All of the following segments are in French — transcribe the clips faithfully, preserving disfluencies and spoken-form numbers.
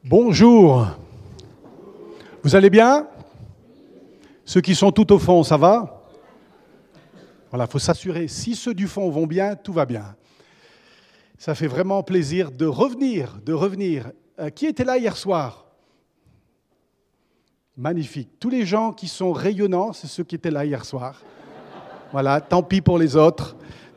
Bonjour. Vous allez bien? Ceux qui sont tout au fond, ça va? Voilà, il faut s'assurer. Si ceux du fond vont bien, tout va bien. Ça fait vraiment plaisir de revenir, de revenir. Euh, qui était là hier soir? Magnifique. Tous les gens qui sont rayonnants, c'est ceux qui étaient là hier soir. Voilà, tant pis pour les autres.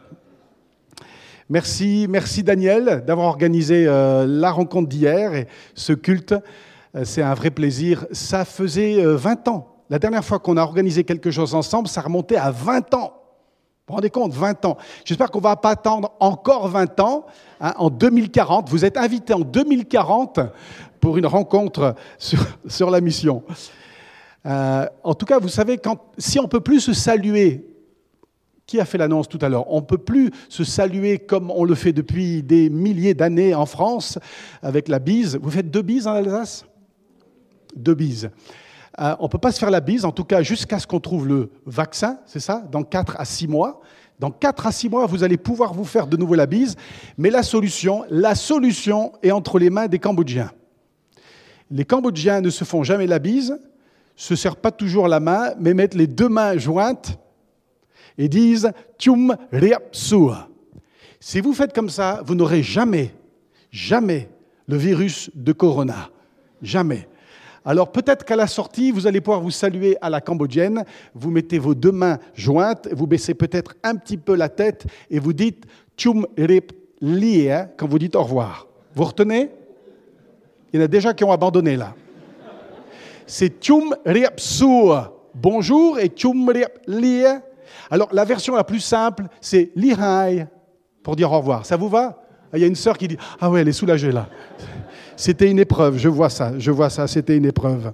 Merci, merci Daniel d'avoir organisé euh, la rencontre d'hier et ce culte. Euh, c'est un vrai plaisir. Ça faisait euh, vingt ans. La dernière fois qu'on a organisé quelque chose ensemble, ça remontait à vingt ans. Vous vous rendez compte, vingt ans. J'espère qu'on ne va pas attendre encore vingt ans. Hein, en deux mille quarante, vous êtes invités en deux mille quarante pour une rencontre sur, sur la mission. Euh, en tout cas, vous savez, quand, si on ne peut plus se saluer, qui a fait l'annonce tout à l'heure? On ne peut plus se saluer comme on le fait depuis des milliers d'années en France, avec la bise. Vous faites deux bises en Alsace? Deux bises. Euh, on ne peut pas se faire la bise, en tout cas jusqu'à ce qu'on trouve le vaccin, c'est ça? Dans quatre à six mois. Dans quatre à six mois, vous allez pouvoir vous faire de nouveau la bise. Mais la solution, la solution est entre les mains des Cambodgiens. Les Cambodgiens ne se font jamais la bise, se serrent pas toujours la main, mais mettent les deux mains jointes et disent « Tchum Riap Sua ». Si vous faites comme ça, vous n'aurez jamais, jamais le virus de Corona. Jamais. Alors peut-être qu'à la sortie, vous allez pouvoir vous saluer à la cambodgienne, vous mettez vos deux mains jointes, vous baissez peut-être un petit peu la tête et vous dites « Tchum Riap Lia » quand vous dites au revoir. Vous retenez? Il y en a déjà qui ont abandonné là. C'est « Tchum Riap Sua ». Bonjour et « Tchum Riap Lia ». Alors, la version la plus simple, c'est « Lihai » pour dire au revoir. Ça vous va? Il y a une sœur qui dit « Ah ouais, elle est soulagée là. » C'était une épreuve, je vois ça, je vois ça, c'était une épreuve.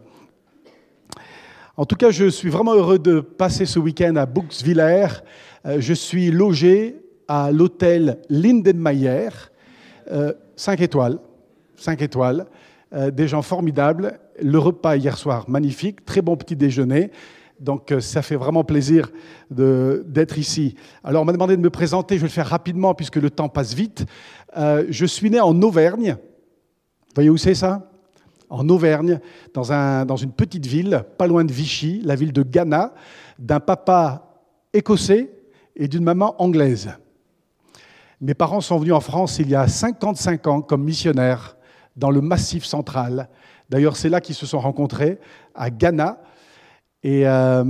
En tout cas, je suis vraiment heureux de passer ce week-end à Buxwiller. Je suis logé à l'hôtel Lindenmayer, euh, cinq étoiles, cinq étoiles, euh, des gens formidables. Le repas hier soir, magnifique, très bon petit déjeuner. Donc, ça fait vraiment plaisir de, d'être ici. Alors, on m'a demandé de me présenter. Je vais le faire rapidement puisque le temps passe vite. Euh, je suis né en Auvergne. Vous voyez où c'est ça? En Auvergne, dans, un, dans une petite ville, pas loin de Vichy, la ville de Ghana, d'un papa écossais et d'une maman anglaise. Mes parents sont venus en France il y a cinquante-cinq ans comme missionnaires dans le Massif central. D'ailleurs, c'est là qu'ils se sont rencontrés, à Ghana. Et euh,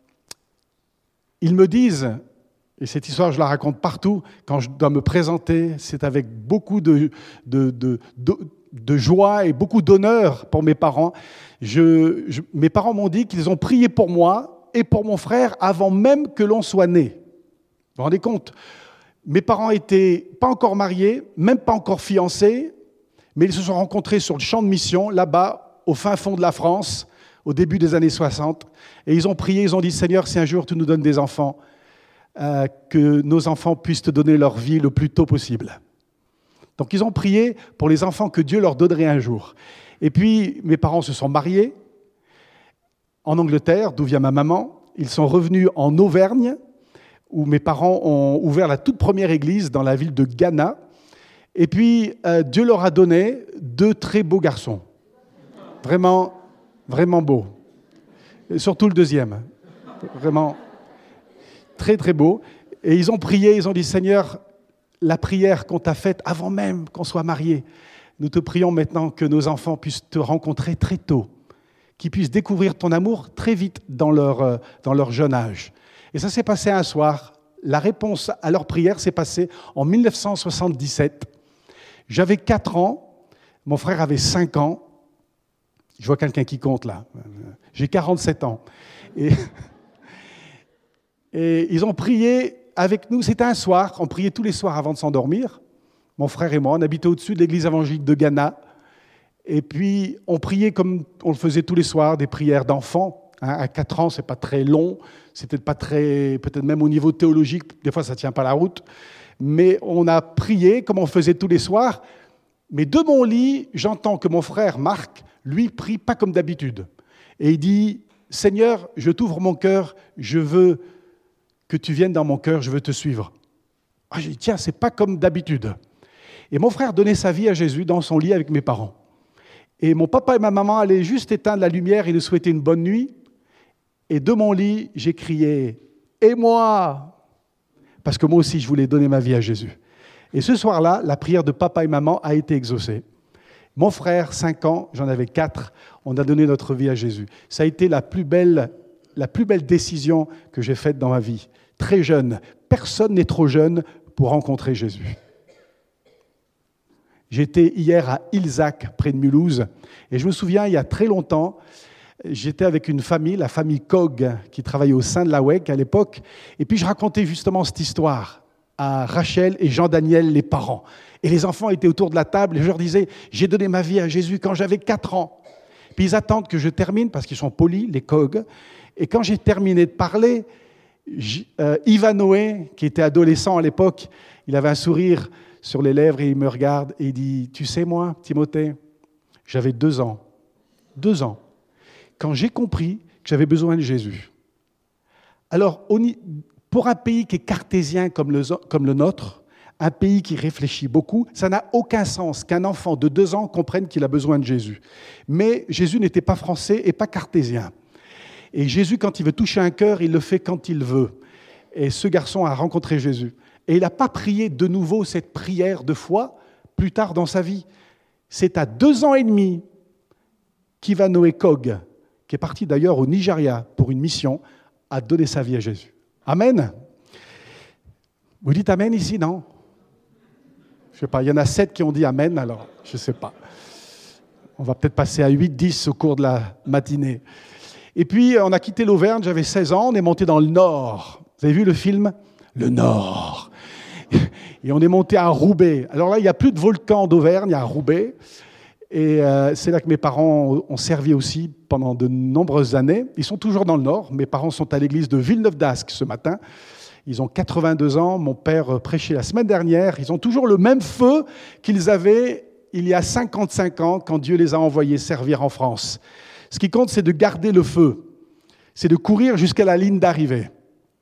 ils me disent, et cette histoire je la raconte partout, quand je dois me présenter, c'est avec beaucoup de, de, de, de, de joie et beaucoup d'honneur pour mes parents. Je, je, mes parents m'ont dit qu'ils ont prié pour moi et pour mon frère avant même que l'on soit né. Vous vous rendez compte? Mes parents n'étaient pas encore mariés, même pas encore fiancés, mais ils se sont rencontrés sur le champ de mission, là-bas, au fin fond de la France, au début des années soixante, et ils ont prié, ils ont dit « Seigneur, si un jour tu nous donnes des enfants, euh, que nos enfants puissent te donner leur vie le plus tôt possible. » Donc ils ont prié pour les enfants que Dieu leur donnerait un jour. Et puis mes parents se sont mariés en Angleterre, d'où vient ma maman. Ils sont revenus en Auvergne, où mes parents ont ouvert la toute première église dans la ville de Ghana. Et puis euh, Dieu leur a donné deux très beaux garçons. Vraiment... Vraiment beau. Et surtout le deuxième. Vraiment très, très beau. Et ils ont prié, ils ont dit, Seigneur, la prière qu'on t'a faite avant même qu'on soit mariés, nous te prions maintenant que nos enfants puissent te rencontrer très tôt, qu'ils puissent découvrir ton amour très vite dans leur, dans leur jeune âge. Et ça s'est passé un soir. La réponse à leur prière s'est passée en mille neuf cent soixante-dix-sept. J'avais quatre ans, mon frère avait cinq ans. Je vois quelqu'un qui compte là. J'ai quarante-sept ans. Et, et ils ont prié avec nous. C'était un soir. On priait tous les soirs avant de s'endormir. Mon frère et moi, on habitait au-dessus de l'église évangélique de Ghana. Et puis, on priait comme on le faisait tous les soirs, des prières d'enfants. Hein, à quatre ans, c'est pas très long. C'était pas très, peut-être même au niveau théologique, des fois ça tient pas la route. Mais on a prié comme on faisait tous les soirs. Mais de mon lit, j'entends que mon frère Marc, lui, prie pas comme d'habitude. Et il dit, « Seigneur, je t'ouvre mon cœur, je veux que tu viennes dans mon cœur, je veux te suivre. » Ah, j'ai dit, tiens, c'est pas comme d'habitude. Et mon frère donnait sa vie à Jésus dans son lit avec mes parents. Et mon papa et ma maman allaient juste éteindre la lumière et nous souhaiter une bonne nuit. Et de mon lit, j'ai crié « Et moi ?» Parce que moi aussi, je voulais donner ma vie à Jésus. Et ce soir-là, la prière de papa et maman a été exaucée. Mon frère, cinq ans, j'en avais quatre, on a donné notre vie à Jésus. Ça a été la plus belle, la plus belle décision que j'ai faite dans ma vie. Très jeune, personne n'est trop jeune pour rencontrer Jésus. J'étais hier à Ilzac, près de Mulhouse, et je me souviens, il y a très longtemps, j'étais avec une famille, la famille Cog, qui travaillait au sein de la W E C à l'époque, et puis je racontais justement cette histoire à Rachel et Jean-Daniel, les parents. Et les enfants étaient autour de la table, et je leur disais, j'ai donné ma vie à Jésus quand j'avais quatre ans. Puis ils attendent que je termine, parce qu'ils sont polis, les Cog, et quand j'ai terminé de parler, euh, Ivanoé, qui était adolescent à l'époque, il avait un sourire sur les lèvres et il me regarde et il dit « Tu sais, moi, Timothée, j'avais deux ans, deux ans, quand j'ai compris que j'avais besoin de Jésus. » Alors, pour un pays qui est cartésien comme le, comme le nôtre, un pays qui réfléchit beaucoup, ça n'a aucun sens qu'un enfant de deux ans comprenne qu'il a besoin de Jésus. Mais Jésus n'était pas français et pas cartésien. Et Jésus, quand il veut toucher un cœur, il le fait quand il veut. Et ce garçon a rencontré Jésus. Et il n'a pas prié de nouveau cette prière de foi plus tard dans sa vie. C'est à deux ans et demi qu'Ivanoé Cog, qui est parti d'ailleurs au Nigeria pour une mission, a donné sa vie à Jésus. Amen. Vous dites Amen ici, non? Je ne sais pas, il y en a sept qui ont dit Amen, alors je ne sais pas. On va peut-être passer à huit, dix au cours de la matinée. Et puis, on a quitté l'Auvergne, j'avais seize ans, on est monté dans le Nord. Vous avez vu le film ? Le Nord. Et on est monté à Roubaix. Alors là, il n'y a plus de volcan d'Auvergne, à Roubaix. Et euh, c'est là que mes parents ont servi aussi pendant de nombreuses années. Ils sont toujours dans le Nord. Mes parents sont à l'église de Villeneuve-d'Ascq ce matin. Ils ont quatre-vingt-deux ans. Mon père prêchait la semaine dernière. Ils ont toujours le même feu qu'ils avaient il y a cinquante-cinq ans quand Dieu les a envoyés servir en France. Ce qui compte, c'est de garder le feu. C'est de courir jusqu'à la ligne d'arrivée.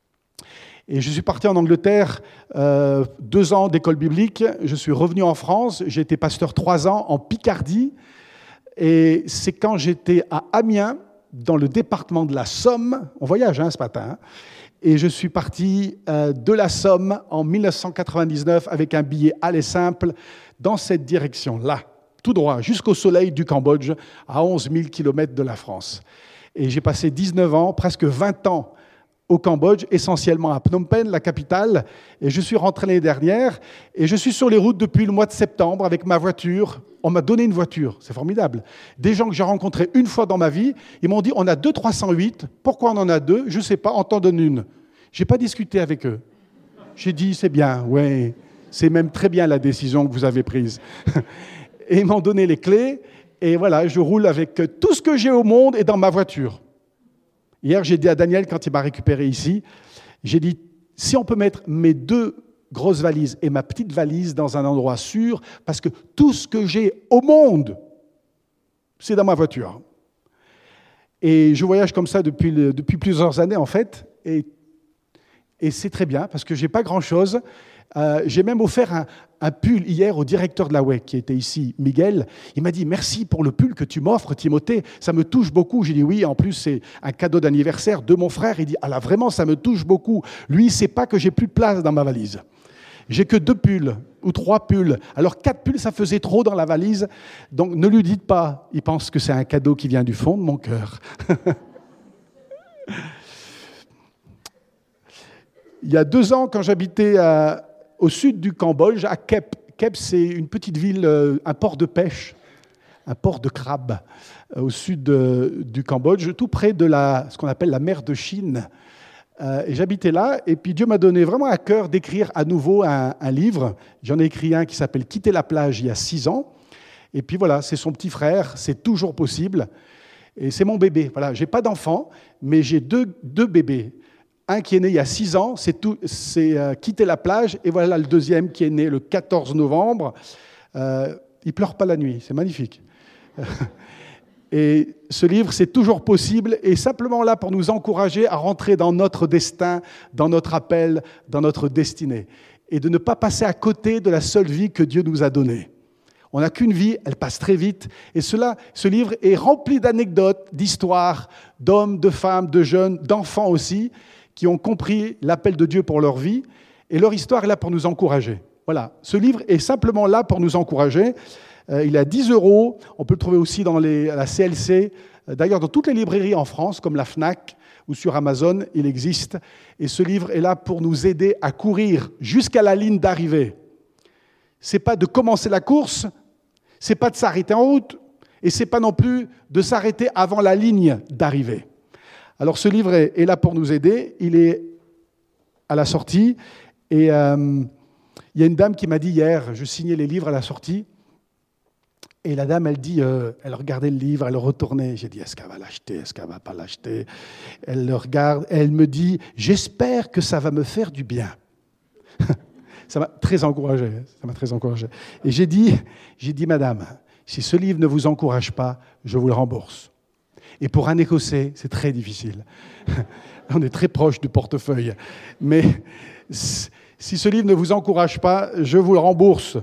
Et je suis parti en Angleterre, euh, deux ans d'école biblique. Je suis revenu en France. J'ai été pasteur trois ans en Picardie. Et c'est quand j'étais à Amiens, dans le département de la Somme. On voyage hein, ce matin. Hein, et je suis parti euh, de la Somme en mille neuf cent quatre-vingt-dix-neuf avec un billet aller simple dans cette direction-là, tout droit, jusqu'au soleil du Cambodge, à onze mille kilomètres de la France. Et j'ai passé dix-neuf ans, presque vingt ans, au Cambodge, essentiellement à Phnom Penh, la capitale. Et je suis rentré l'année dernière et je suis sur les routes depuis le mois de septembre avec ma voiture. On m'a donné une voiture, c'est formidable. Des gens que j'ai rencontrés une fois dans ma vie, ils m'ont dit « On a deux trois cent huit, pourquoi on en a deux? Je ne sais pas, on t'en donne une. » Je n'ai pas discuté avec eux. J'ai dit « C'est bien, oui, c'est même très bien la décision que vous avez prise. » Et ils m'ont donné les clés et voilà, je roule avec tout ce que j'ai au monde et dans ma voiture. Hier, j'ai dit à Daniel, quand il m'a récupéré ici, j'ai dit, si on peut mettre mes deux grosses valises et ma petite valise dans un endroit sûr, parce que tout ce que j'ai au monde, c'est dans ma voiture. Et je voyage comme ça depuis, le, depuis plusieurs années, en fait, et, et c'est très bien, parce que je n'ai pas grand-chose. Euh, j'ai même offert un, un pull hier au directeur de la W E C qui était ici, Miguel. Il m'a dit « Merci pour le pull que tu m'offres, Timothée. Ça me touche beaucoup. » J'ai dit « Oui, en plus, c'est un cadeau d'anniversaire de mon frère. » Il dit « Ah là, vraiment, ça me touche beaucoup. Lui, il ne sait pas que j'ai plus de place dans ma valise. J'ai que deux pulls ou trois pulls. Alors, quatre pulls, ça faisait trop dans la valise. Donc, ne lui dites pas. Il pense que c'est un cadeau qui vient du fond de mon cœur. » Il y a deux ans, quand j'habitais à au sud du Cambodge, à Kep. Kep, c'est une petite ville, un port de pêche, un port de crabe, au sud de, du Cambodge, tout près de la, ce qu'on appelle la mer de Chine. Euh, et j'habitais là, et puis Dieu m'a donné vraiment à cœur d'écrire à nouveau un, un livre. J'en ai écrit un qui s'appelle « Quitter la plage » il y a six ans. Et puis voilà, c'est son petit frère, c'est toujours possible. Et c'est mon bébé. Voilà, j'ai pas d'enfant, mais j'ai deux, deux bébés. Un qui est né il y a six ans, c'est, tout, c'est euh, Quitter la plage. Et voilà le deuxième qui est né le quatorze novembre. Euh, il ne pleure pas la nuit, c'est magnifique. Et ce livre, c'est toujours possible, et simplement là pour nous encourager à rentrer dans notre destin, dans notre appel, dans notre destinée. Et de ne pas passer à côté de la seule vie que Dieu nous a donnée. On n'a qu'une vie, elle passe très vite. Et cela, ce livre est rempli d'anecdotes, d'histoires, d'hommes, de femmes, de jeunes, d'enfants aussi, qui ont compris l'appel de Dieu pour leur vie. Et leur histoire est là pour nous encourager. Voilà, ce livre est simplement là pour nous encourager. Euh, il est à dix euros. On peut le trouver aussi dans les, à la C L C. D'ailleurs, dans toutes les librairies en France, comme la Fnac ou sur Amazon, il existe. Et ce livre est là pour nous aider à courir jusqu'à la ligne d'arrivée. Ce n'est pas de commencer la course, ce n'est pas de s'arrêter en route, et ce n'est pas non plus de s'arrêter avant la ligne d'arrivée. Alors ce livre est, est là pour nous aider, il est à la sortie, et euh, il y a une dame qui m'a dit hier, je signais les livres à la sortie, et la dame, elle dit, euh, elle regardait le livre, elle le retournait, j'ai dit, est-ce qu'elle va l'acheter, est-ce qu'elle ne va pas l'acheter? Elle le regarde, elle me dit, j'espère que ça va me faire du bien. Ça m'a très encouragé. Ça m'a très encouragé. Et j'ai dit, j'ai dit, madame, si ce livre ne vous encourage pas, je vous le rembourse. Et pour un Écossais, c'est très difficile. On est très proche du portefeuille. Mais si ce livre ne vous encourage pas, je vous le rembourse.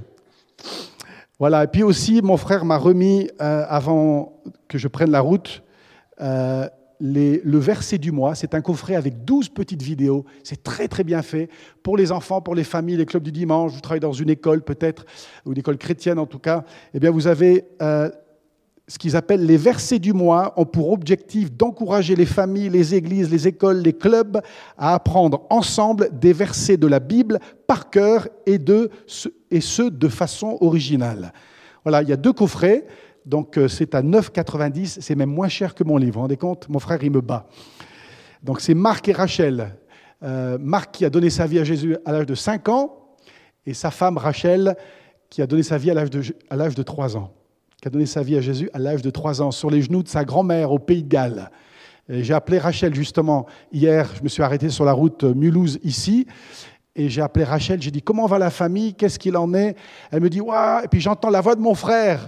Voilà. Et puis aussi, mon frère m'a remis, euh, avant que je prenne la route, euh, Les, le verset du mois. C'est un coffret avec douze petites vidéos. C'est très, très bien fait pour les enfants, pour les familles, les clubs du dimanche. Vous travaillez dans une école peut-être, ou une école chrétienne en tout cas. Eh bien, vous avez euh, ce qu'ils appellent les versets du mois, ont pour objectif d'encourager les familles, les églises, les écoles, les clubs à apprendre ensemble des versets de la Bible par cœur et, de, et ceux de façon originale. Voilà, il y a deux coffrets. Donc, c'est à neuf euros quatre-vingt-dix, c'est même moins cher que mon livre. Vous vous rendez compte? Mon frère, il me bat. Donc, c'est Marc et Rachel. Euh, Marc qui a donné sa vie à Jésus à l'âge de cinq ans, et sa femme Rachel qui a donné sa vie à l'âge de, à l'âge de trois ans. Qui a donné sa vie à Jésus à l'âge de trois ans, sur les genoux de sa grand-mère au Pays de Galles. Et j'ai appelé Rachel, justement, hier. Je me suis arrêté sur la route Mulhouse, ici. Et j'ai appelé Rachel, j'ai dit, comment va la famille? Qu'est-ce qu'il en est? Elle me dit, waouh! Et puis j'entends la voix de mon frère.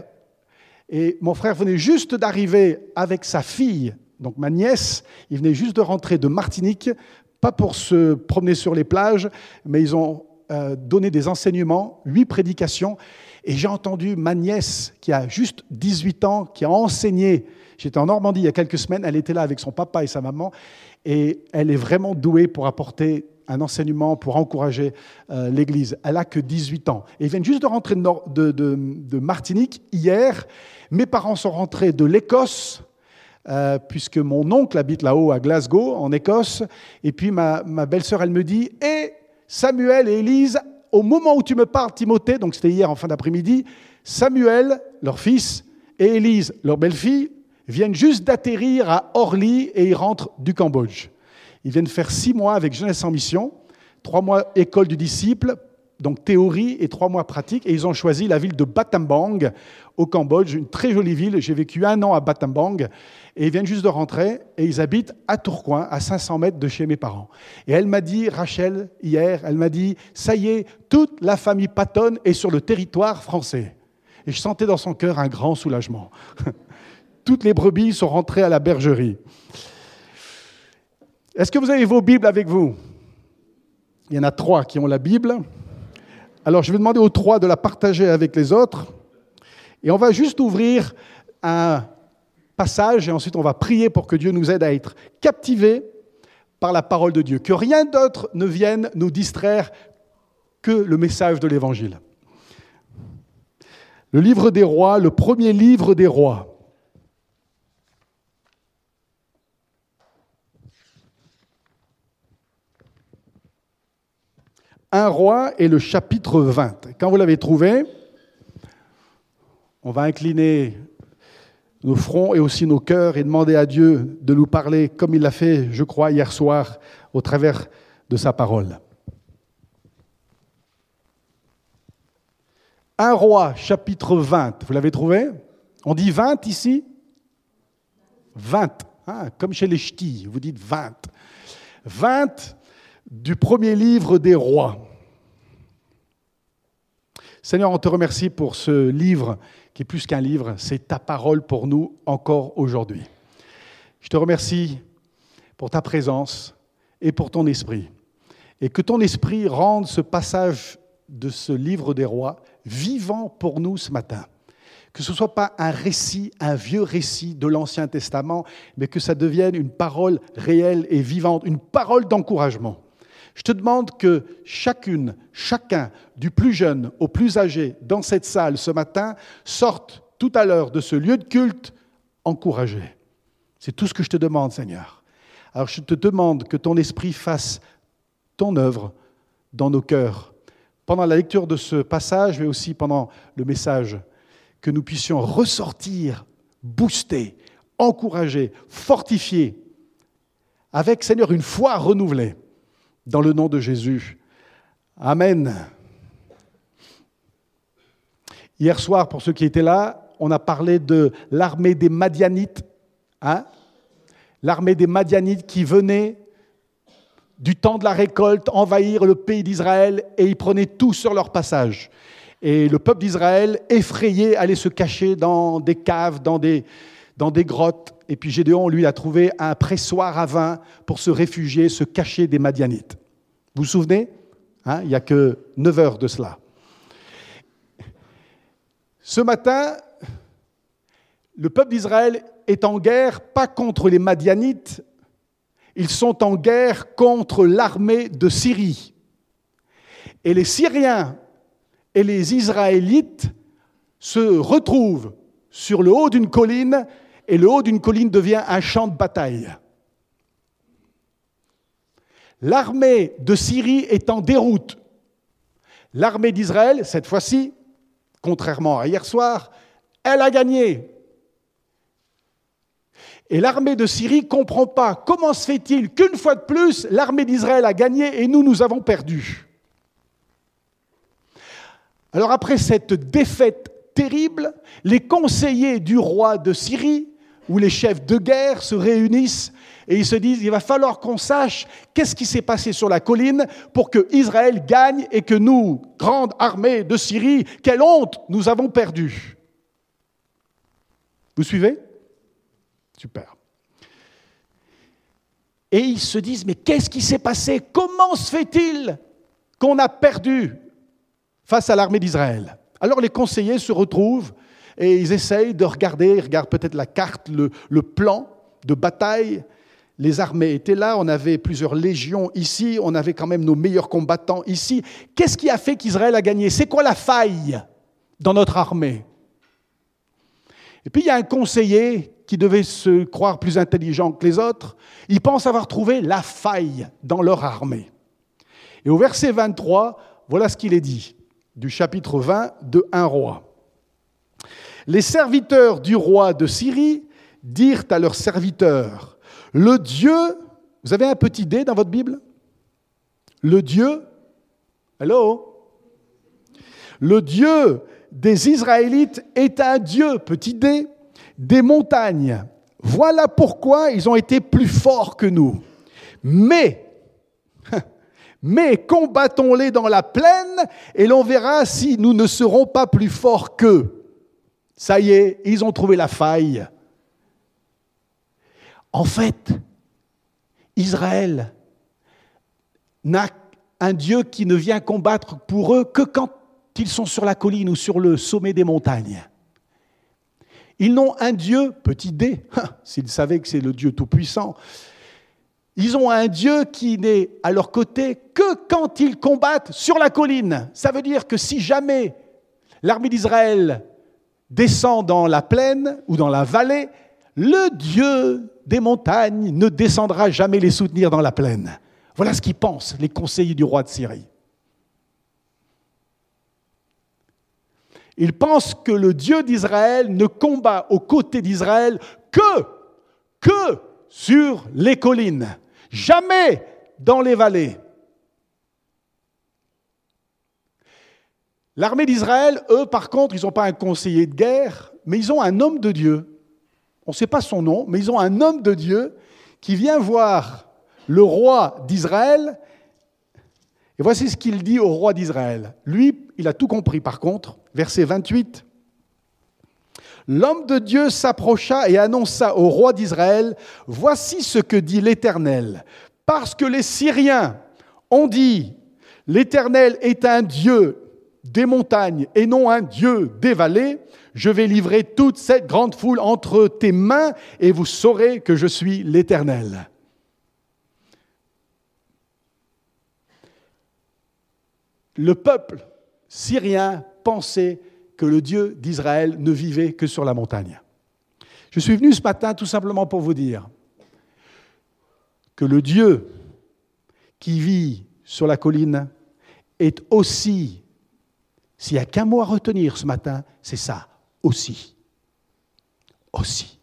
Et mon frère venait juste d'arriver avec sa fille, donc ma nièce. Il venait juste de rentrer de Martinique, pas pour se promener sur les plages, mais ils ont euh, donné des enseignements, huit prédications. Et j'ai entendu ma nièce, qui a juste dix-huit ans, qui a enseigné. J'étais en Normandie il y a quelques semaines, elle était là avec son papa et sa maman. Et elle est vraiment douée pour apporter un enseignement, pour encourager euh, l'Église. Elle n'a que dix-huit ans. Et ils viennent juste de rentrer de, Nord, de, de, de Martinique hier. Mes parents sont rentrés de l'Écosse, euh, puisque mon oncle habite là-haut à Glasgow, en Écosse. Et puis ma, ma belle-sœur, elle me dit « Et Samuel et Élise, au moment où tu me parles, Timothée, donc c'était hier en fin d'après-midi, Samuel, leur fils, et Élise, leur belle-fille, viennent juste d'atterrir à Orly et ils rentrent du Cambodge. Ils viennent faire six mois avec Jeunesse en Mission, trois mois école du disciple, donc théorie, et trois mois pratique. Et ils ont choisi la ville de Battambang, au Cambodge, une très jolie ville. J'ai vécu un an à Battambang. Et ils viennent juste de rentrer, et ils habitent à Tourcoing, à cinq cents mètres de chez mes parents. Et elle m'a dit, Rachel, hier, elle m'a dit, ça y est, toute la famille Patton est sur le territoire français. Et je sentais dans son cœur un grand soulagement. Toutes les brebis sont rentrées à la bergerie. Est-ce que vous avez vos Bibles avec vous? Il y en a trois qui ont la Bible. Alors, je vais demander aux trois de la partager avec les autres. Et on va juste ouvrir un passage et ensuite on va prier pour que Dieu nous aide à être captivés par la parole de Dieu. Que rien d'autre ne vienne nous distraire que le message de l'Évangile. Le livre des rois, le premier livre des rois. Un roi et le chapitre vingt. Quand vous l'avez trouvé, on va incliner nos fronts et aussi nos cœurs et demander à Dieu de nous parler comme il l'a fait, je crois, hier soir, au travers de sa parole. Un roi, chapitre vingt. Vous l'avez trouvé? On dit vingt ici? vingt. Ah, comme chez les ch'tis, vous dites vingt. vingt du premier livre des rois. Seigneur, on te remercie pour ce livre qui est plus qu'un livre, c'est ta parole pour nous encore aujourd'hui. Je te remercie pour ta présence et pour ton esprit. Et que ton esprit rende ce passage de ce livre des rois vivant pour nous ce matin. Que ce ne soit pas un récit, un vieux récit de l'Ancien Testament, mais que ça devienne une parole réelle et vivante, une parole d'encouragement. Je te demande que chacune, chacun, du plus jeune au plus âgé, dans cette salle ce matin, sorte tout à l'heure de ce lieu de culte encouragé. C'est tout ce que je te demande, Seigneur. Alors je te demande que ton esprit fasse ton œuvre dans nos cœurs. Pendant la lecture de ce passage, mais aussi pendant le message, que nous puissions ressortir, booster, encourager, fortifier, avec, Seigneur, une foi renouvelée, dans le nom de Jésus. Amen. Hier soir, pour ceux qui étaient là, on a parlé de l'armée des Madianites, hein? L'armée des Madianites qui venait du temps de la récolte envahir le pays d'Israël et ils prenaient tout sur leur passage. Et le peuple d'Israël, effrayé, allait se cacher dans des caves, dans des, dans des grottes. Et puis Gédéon, lui, a trouvé un pressoir à vin pour se réfugier, se cacher des Madianites. Vous vous souvenez, hein? Il n'y a que neuf heures de cela. Ce matin, le peuple d'Israël est en guerre, pas contre les Madianites, ils sont en guerre contre l'armée de Syrie. Et les Syriens et les Israélites se retrouvent sur le haut d'une colline, et le haut d'une colline devient un champ de bataille. L'armée de Syrie est en déroute. L'armée d'Israël, cette fois-ci, contrairement à hier soir, elle a gagné. Et l'armée de Syrie ne comprend pas comment se fait-il qu'une fois de plus, l'armée d'Israël a gagné et nous, nous avons perdu. Alors après cette défaite terrible, les conseillers du roi de Syrie, ou les chefs de guerre, se réunissent et ils se disent, il va falloir qu'on sache qu'est-ce qui s'est passé sur la colline pour que Israël gagne et que nous, grande armée de Syrie, quelle honte, nous avons perdu. Vous suivez ? Super. Et ils se disent, mais qu'est-ce qui s'est passé ? Comment se fait-il qu'on a perdu face à l'armée d'Israël ? Alors les conseillers se retrouvent et ils essayent de regarder, ils regardent peut-être la carte, le, le plan de bataille. Les armées étaient là, on avait plusieurs légions ici, on avait quand même nos meilleurs combattants ici. Qu'est-ce qui a fait qu'Israël a gagné ? C'est quoi la faille dans notre armée ? Et puis il y a un conseiller qui devait se croire plus intelligent que les autres. Il pense avoir trouvé la faille dans leur armée. Et au verset vingt-trois, voilà ce qu'il est dit, du chapitre vingt de un roi. Les serviteurs du roi de Syrie dirent à leurs serviteurs, le Dieu, vous avez un petit D dans votre Bible ? Le Dieu, hello ? Le Dieu des Israélites est un Dieu, petit D, des montagnes. Voilà pourquoi ils ont été plus forts que nous. Mais, mais combattons-les dans la plaine et l'on verra si nous ne serons pas plus forts qu'eux. Ça y est, ils ont trouvé la faille. En fait, Israël n'a un Dieu qui ne vient combattre pour eux que quand ils sont sur la colline ou sur le sommet des montagnes. Ils n'ont un Dieu, petit d, s'ils savaient que c'est le Dieu tout-puissant, ils ont un Dieu qui n'est à leur côté que quand ils combattent sur la colline. Ça veut dire que si jamais l'armée d'Israël descend dans la plaine ou dans la vallée, le Dieu des montagnes ne descendra jamais les soutenir dans la plaine. Voilà ce qu'ils pensent, les conseillers du roi de Syrie. Ils pensent que le Dieu d'Israël ne combat aux côtés d'Israël que, que sur les collines, jamais dans les vallées. L'armée d'Israël, eux, par contre, ils n'ont pas un conseiller de guerre, mais ils ont un homme de Dieu. On ne sait pas son nom, mais ils ont un homme de Dieu qui vient voir le roi d'Israël. Et voici ce qu'il dit au roi d'Israël. Lui, il a tout compris par contre. Verset vingt-huit. L'homme de Dieu s'approcha et annonça au roi d'Israël, « Voici ce que dit l'Éternel. Parce que les Syriens ont dit, l'Éternel est un Dieu des montagnes et non un Dieu des vallées, je vais livrer toute cette grande foule entre tes mains et vous saurez que je suis l'Éternel. » Le peuple syrien pensait que le Dieu d'Israël ne vivait que sur la montagne. Je suis venu ce matin tout simplement pour vous dire que le Dieu qui vit sur la colline est aussi, s'il n'y a qu'un mot à retenir ce matin, c'est ça, aussi. Aussi.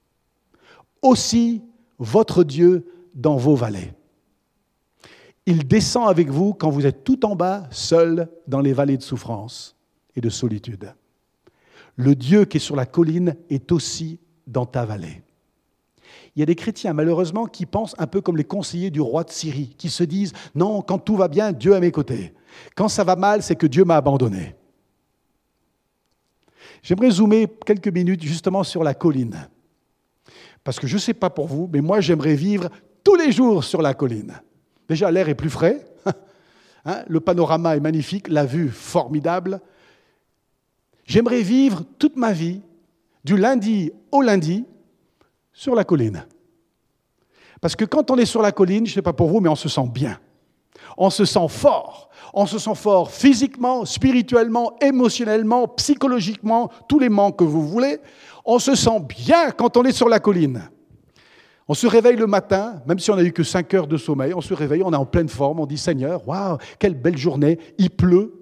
Aussi votre Dieu dans vos vallées. Il descend avec vous quand vous êtes tout en bas, seul, dans les vallées de souffrance et de solitude. Le Dieu qui est sur la colline est aussi dans ta vallée. Il y a des chrétiens, malheureusement, qui pensent un peu comme les conseillers du roi de Syrie, qui se disent « Non, quand tout va bien, Dieu est à mes côtés. Quand ça va mal, c'est que Dieu m'a abandonné. » J'aimerais zoomer quelques minutes justement sur la colline. Parce que je ne sais pas pour vous, mais moi, j'aimerais vivre tous les jours sur la colline. Déjà, l'air est plus frais, hein, le panorama est magnifique, la vue formidable. J'aimerais vivre toute ma vie, du lundi au lundi, sur la colline. Parce que quand on est sur la colline, je ne sais pas pour vous, mais on se sent bien. On se sent fort. On se sent fort physiquement, spirituellement, émotionnellement, psychologiquement, tous les manques que vous voulez. On se sent bien quand on est sur la colline. On se réveille le matin, même si on n'a eu que cinq heures de sommeil, on se réveille, on est en pleine forme, on dit « Seigneur, waouh, quelle belle journée, il pleut,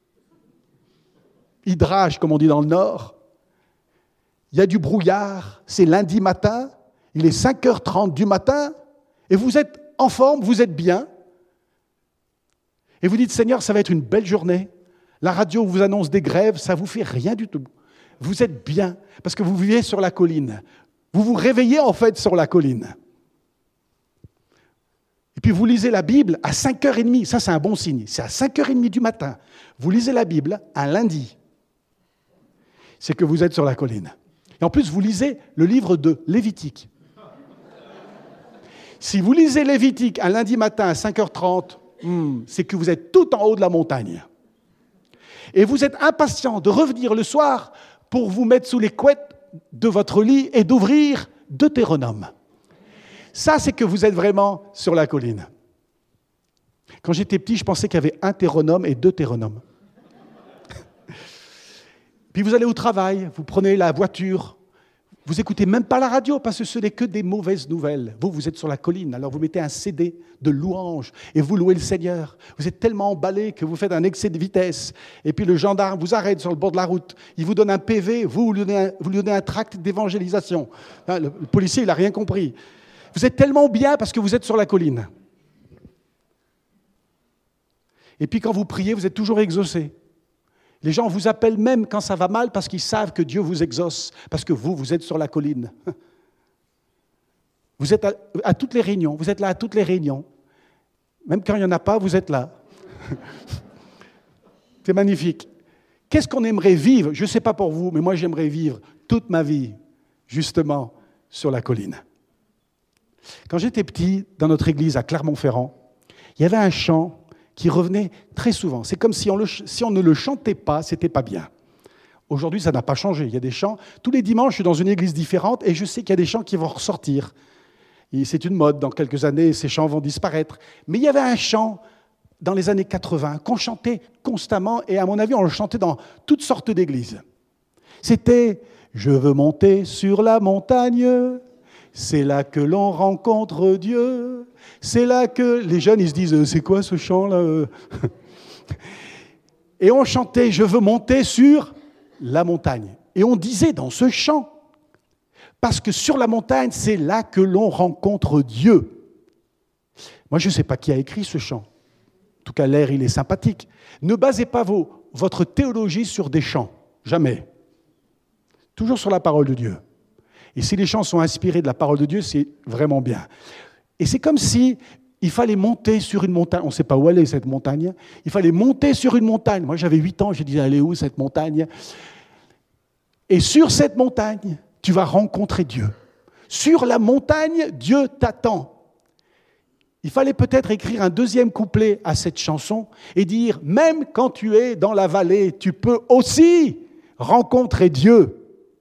il drage, comme on dit dans le Nord, il y a du brouillard, c'est lundi matin, il est cinq heures trente du matin, et vous êtes en forme, vous êtes bien, et vous dites « Seigneur, ça va être une belle journée, la radio vous annonce des grèves, ça ne vous fait rien du tout, vous êtes bien, parce que vous vivez sur la colline. » Vous vous réveillez en fait sur la colline. Et puis vous lisez la Bible à cinq heures trente, ça c'est un bon signe, c'est à cinq heures trente du matin. Vous lisez la Bible un lundi. C'est que vous êtes sur la colline. Et en plus vous lisez le livre de Lévitique. Si vous lisez Lévitique un lundi matin à cinq heures trente, hmm, c'est que vous êtes tout en haut de la montagne. Et vous êtes impatient de revenir le soir pour vous mettre sous les couettes de votre lit et d'ouvrir Deutéronome. Ça, c'est que vous êtes vraiment sur la colline. Quand j'étais petit, je pensais qu'il y avait Interonome et Deutéronome. Puis vous allez au travail, vous prenez la voiture, vous n'écoutez même pas la radio parce que ce n'est que des mauvaises nouvelles. Vous, vous êtes sur la colline, alors vous mettez un C D de louanges et vous louez le Seigneur. Vous êtes tellement emballé que vous faites un excès de vitesse. Et puis le gendarme vous arrête sur le bord de la route. Il vous donne un P V, vous, vous lui donnez un, vous lui donnez un tract d'évangélisation. Le, le policier, il n'a rien compris. Vous êtes tellement bien parce que vous êtes sur la colline. Et puis quand vous priez, vous êtes toujours exaucé. Les gens vous appellent même quand ça va mal parce qu'ils savent que Dieu vous exauce, parce que vous, vous êtes sur la colline. Vous êtes à, à toutes les réunions, vous êtes là à toutes les réunions. Même quand il n'y en a pas, vous êtes là. C'est magnifique. Qu'est-ce qu'on aimerait vivre? Je ne sais pas pour vous, mais moi j'aimerais vivre toute ma vie, justement, sur la colline. Quand j'étais petit, dans notre église à Clermont-Ferrand, il y avait un chant qui revenait très souvent. C'est comme si on, le, si on ne le chantait pas, c'était pas bien. Aujourd'hui, ça n'a pas changé. Il y a des chants. Tous les dimanches, je suis dans une église différente et je sais qu'il y a des chants qui vont ressortir. Et c'est une mode. Dans quelques années, ces chants vont disparaître. Mais il y avait un chant dans les années quatre-vingts qu'on chantait constamment et à mon avis, on le chantait dans toutes sortes d'églises. C'était « Je veux monter sur la montagne ». C'est là que l'on rencontre Dieu. C'est là que les jeunes, ils se disent « C'est quoi ce chant-là » Et on chantait « Je veux monter sur la montagne ». Et on disait dans ce chant, parce que sur la montagne, c'est là que l'on rencontre Dieu. Moi, je ne sais pas qui a écrit ce chant. En tout cas, l'air, il est sympathique. Ne basez pas vos, votre théologie sur des chants. Jamais. Toujours sur la parole de Dieu. Et si les chants sont inspirés de la parole de Dieu, c'est vraiment bien. Et c'est comme si il fallait monter sur une montagne. On ne sait pas où elle est, cette montagne. Il fallait monter sur une montagne. Moi, j'avais huit ans, j'ai dit, elle est où, cette montagne? Et sur cette montagne, tu vas rencontrer Dieu. Sur la montagne, Dieu t'attend. Il fallait peut-être écrire un deuxième couplet à cette chanson et dire, même quand tu es dans la vallée, tu peux aussi rencontrer Dieu.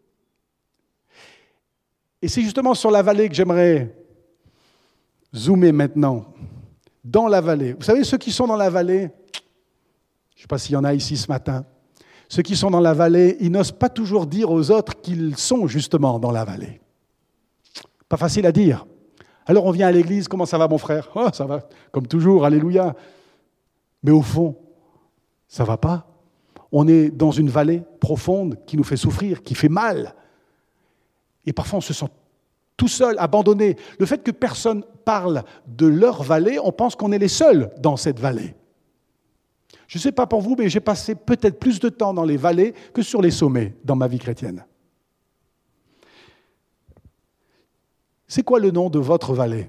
Et c'est justement sur la vallée que j'aimerais zoomer maintenant. Dans la vallée. Vous savez, ceux qui sont dans la vallée, je ne sais pas s'il y en a ici ce matin, ceux qui sont dans la vallée, ils n'osent pas toujours dire aux autres qu'ils sont justement dans la vallée. Pas facile à dire. Alors on vient à l'église, comment ça va mon frère? Oh, ça va, comme toujours, alléluia. Mais au fond, ça ne va pas. On est dans une vallée profonde qui nous fait souffrir, qui fait mal. Et parfois on se sent tout seul, abandonné. Le fait que personne parle de leur vallée, on pense qu'on est les seuls dans cette vallée. Je ne sais pas pour vous, mais j'ai passé peut-être plus de temps dans les vallées que sur les sommets dans ma vie chrétienne. C'est quoi le nom de votre vallée?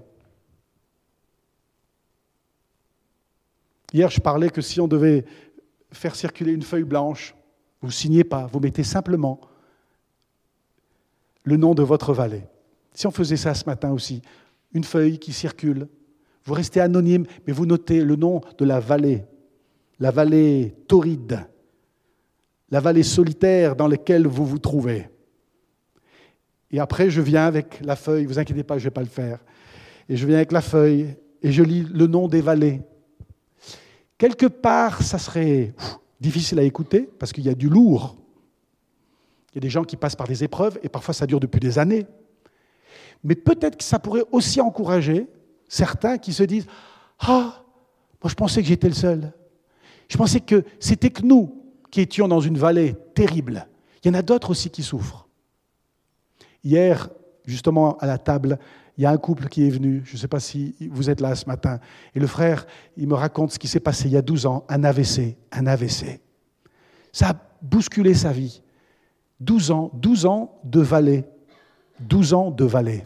Hier, je parlais que si on devait faire circuler une feuille blanche, vous ne signez pas, vous mettez simplement le nom de votre vallée. Si on faisait ça ce matin aussi, une feuille qui circule, vous restez anonyme, mais vous notez le nom de la vallée, la vallée torride, la vallée solitaire dans laquelle vous vous trouvez. Et après, je viens avec la feuille, ne vous inquiétez pas, je ne vais pas le faire. Et je viens avec la feuille et je lis le nom des vallées. Quelque part, ça serait pff, difficile à écouter parce qu'il y a du lourd. Il y a des gens qui passent par des épreuves et parfois ça dure depuis des années. Mais peut-être que ça pourrait aussi encourager certains qui se disent « Ah, moi je pensais que j'étais le seul. Je pensais que c'était que nous qui étions dans une vallée terrible. Il y en a d'autres aussi qui souffrent. » Hier, justement, à la table, il y a un couple qui est venu, je ne sais pas si vous êtes là ce matin, et le frère, il me raconte ce qui s'est passé il y a douze ans, un A V C, un A V C. Ça a bousculé sa vie. douze ans, douze ans de vallée, douze ans de vallée.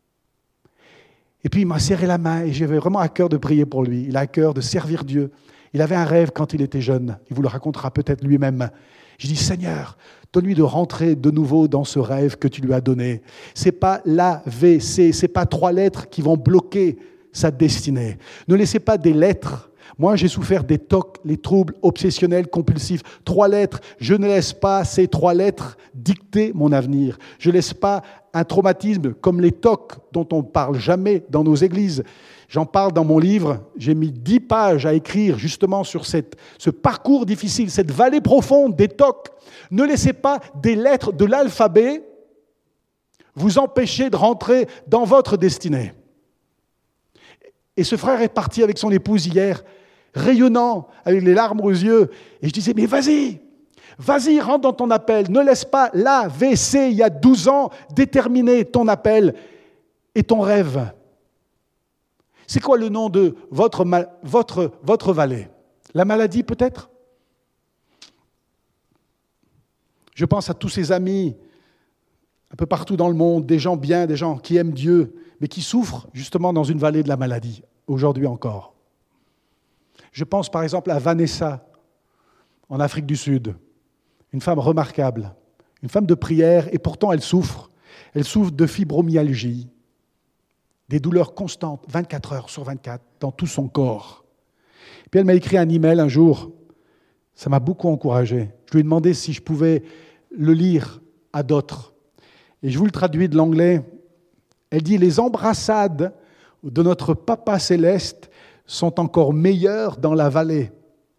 Et puis il m'a serré la main et j'avais vraiment à cœur de prier pour lui. Il a à cœur de servir Dieu. Il avait un rêve quand il était jeune. Il vous le racontera peut-être lui-même. Je dis, Seigneur, donne-lui de rentrer de nouveau dans ce rêve que tu lui as donné. Ce n'est pas l'A V C, ce n'est pas trois lettres qui vont bloquer sa destinée. Ne laissez pas des lettres. Moi, j'ai souffert des T O C, les troubles obsessionnels compulsifs. Trois lettres. Je ne laisse pas ces trois lettres dicter mon avenir. Je ne laisse pas un traumatisme comme les T O C dont on ne parle jamais dans nos églises. J'en parle dans mon livre. J'ai mis dix pages à écrire justement sur cette, ce parcours difficile, cette vallée profonde des T O C. Ne laissez pas des lettres de l'alphabet vous empêcher de rentrer dans votre destinée. Et ce frère est parti avec son épouse hier, rayonnant, avec les larmes aux yeux. Et je disais, mais vas-y, vas-y, rentre dans ton appel. Ne laisse pas l'A V C, il y a douze ans, déterminer ton appel et ton rêve. C'est quoi le nom de votre, votre, votre vallée? La maladie peut-être? Je pense à tous ces amis, un peu partout dans le monde, des gens bien, des gens qui aiment Dieu, mais qui souffrent justement dans une vallée de la maladie, aujourd'hui encore. Je pense par exemple à Vanessa, en Afrique du Sud, une femme remarquable, une femme de prière, et pourtant elle souffre. Elle souffre de fibromyalgie, des douleurs constantes, vingt-quatre heures sur vingt-quatre, dans tout son corps. Puis elle m'a écrit un email un jour, ça m'a beaucoup encouragé. Je lui ai demandé si je pouvais le lire à d'autres. Et je vous le traduis de l'anglais. Elle dit « Les embrassades de notre Papa Céleste sont encore meilleures dans la vallée.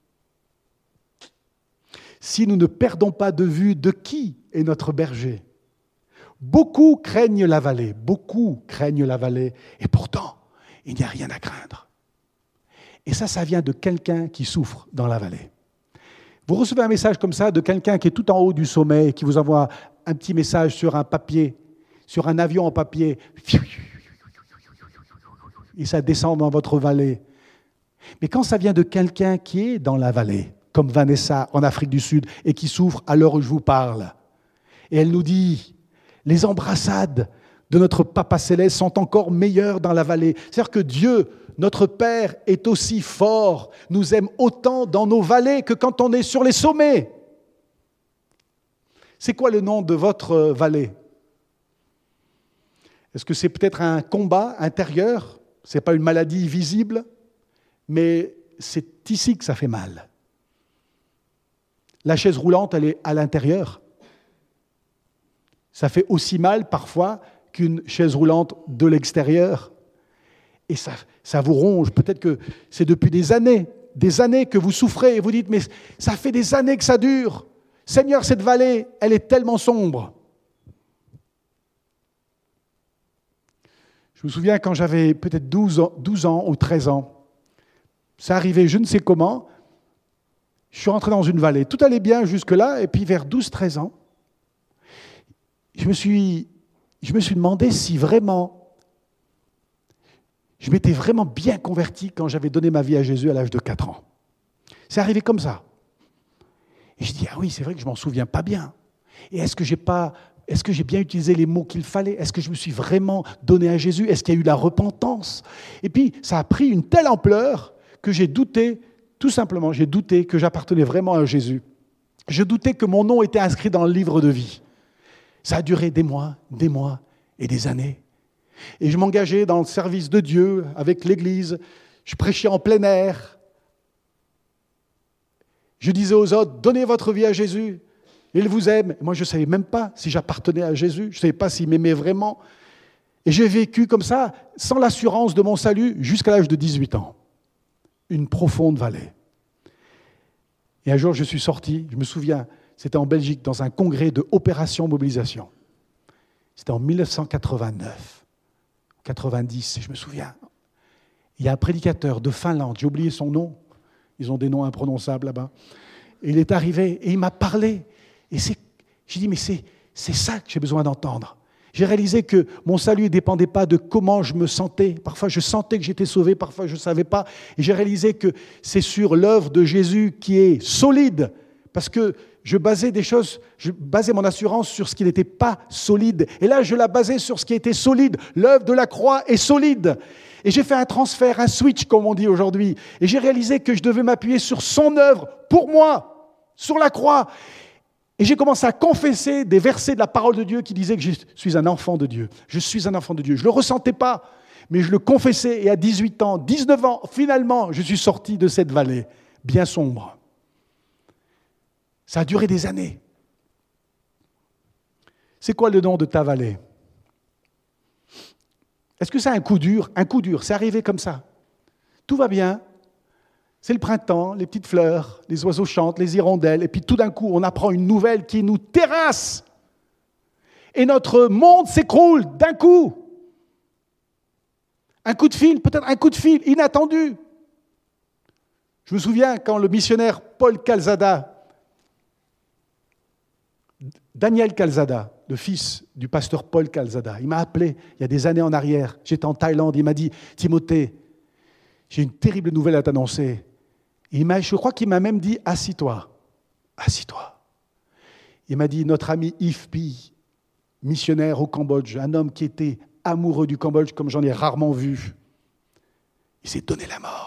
Si nous ne perdons pas de vue de qui est notre berger. Beaucoup craignent la vallée, beaucoup craignent la vallée, et pourtant, il n'y a rien à craindre. » Et ça, ça vient de quelqu'un qui souffre dans la vallée. Vous recevez un message comme ça de quelqu'un qui est tout en haut du sommet et qui vous envoie un petit message sur un papier, sur un avion en papier, et ça descend dans votre vallée. Mais quand ça vient de quelqu'un qui est dans la vallée, comme Vanessa en Afrique du Sud, et qui souffre à l'heure où je vous parle, et elle nous dit, les embrassades de notre Papa Céleste sont encore meilleures dans la vallée. C'est-à-dire que Dieu, notre Père, est aussi fort, nous aime autant dans nos vallées que quand on est sur les sommets. C'est quoi le nom de votre vallée? Est-ce que c'est peut-être un combat intérieur Ce n'est pas une maladie visible, mais c'est ici que ça fait mal. La chaise roulante, elle est à l'intérieur. Ça fait aussi mal parfois qu'une chaise roulante de l'extérieur. Et ça, ça vous ronge. Peut-être que c'est depuis des années, des années que vous souffrez et vous dites, mais ça fait des années que ça dure. Seigneur, cette vallée, elle est tellement sombre. Je me souviens quand j'avais peut-être douze ans, douze ans ou treize ans, ça arrivait je ne sais comment, je suis rentré dans une vallée. Tout allait bien jusque-là, et puis vers douze treize ans, je me suis, je me suis demandé si vraiment, je m'étais vraiment bien converti quand j'avais donné ma vie à Jésus à l'âge de quatre ans. C'est arrivé comme ça. Et je dis, ah oui, c'est vrai que je ne m'en souviens pas bien. Et est-ce que j'ai pas, est-ce que j'ai bien utilisé les mots qu'il fallait ? Est-ce que je me suis vraiment donné à Jésus ? Est-ce qu'il y a eu la repentance ? Et puis, ça a pris une telle ampleur que j'ai douté, tout simplement, j'ai douté que j'appartenais vraiment à Jésus. Je doutais que mon nom était inscrit dans le livre de vie. Ça a duré des mois, des mois et des années. Et je m'engageais dans le service de Dieu avec l'Église. Je prêchais en plein air. Je disais aux autres, donnez votre vie à Jésus. Il vous aime. Et moi, je ne savais même pas si j'appartenais à Jésus. Je ne savais pas s'il m'aimait vraiment. Et j'ai vécu comme ça, sans l'assurance de mon salut, jusqu'à l'âge de dix-huit ans. Une profonde vallée. Et un jour, je suis sorti, je me souviens, c'était en Belgique, dans un congrès de Opération Mobilisation. C'était en dix-neuf cent quatre-vingt-neuf, quatre-vingt-dix, je me souviens. Il y a un prédicateur de Finlande, j'ai oublié son nom, ils ont des noms imprononçables là-bas. Et il est arrivé et il m'a parlé. Et c'est, j'ai dit, mais c'est, c'est ça que j'ai besoin d'entendre. J'ai réalisé que mon salut ne dépendait pas de comment je me sentais. Parfois, je sentais que j'étais sauvé, parfois, je ne savais pas. Et j'ai réalisé que c'est sur l'œuvre de Jésus qui est solide. Parce que je basais des choses, je basais mon assurance sur ce qui n'était pas solide. Et là, je la basais sur ce qui était solide. L'œuvre de la croix est solide. Et j'ai fait un transfert, un switch, comme on dit aujourd'hui. Et j'ai réalisé que je devais m'appuyer sur son œuvre, pour moi, sur la croix. Et j'ai commencé à confesser des versets de la parole de Dieu qui disaient que je suis un enfant de Dieu. Je suis un enfant de Dieu. Je ne le ressentais pas, mais je le confessais. Et à dix-huit ans, dix-neuf ans, finalement, je suis sorti de cette vallée bien sombre. Ça a duré des années. C'est quoi le nom de ta vallée ? Est-ce que c'est un coup dur ? Un coup dur, c'est arrivé comme ça. Tout va bien. C'est le printemps, les petites fleurs, les oiseaux chantent, les hirondelles, et puis tout d'un coup, on apprend une nouvelle qui nous terrasse. Et notre monde s'écroule d'un coup. Un coup de fil, peut-être un coup de fil inattendu. Je me souviens quand le missionnaire Paul Calzada, Daniel Calzada, le fils du pasteur Paul Calzada, il m'a appelé il y a des années en arrière. J'étais en Thaïlande, il m'a dit « Timothée, j'ai une terrible nouvelle à t'annoncer. » Il m'a, je crois qu'il m'a même dit « Assis-toi, assis-toi. » Il m'a dit « Notre ami Yves Pi, missionnaire au Cambodge, un homme qui était amoureux du Cambodge comme j'en ai rarement vu, il s'est donné la mort. »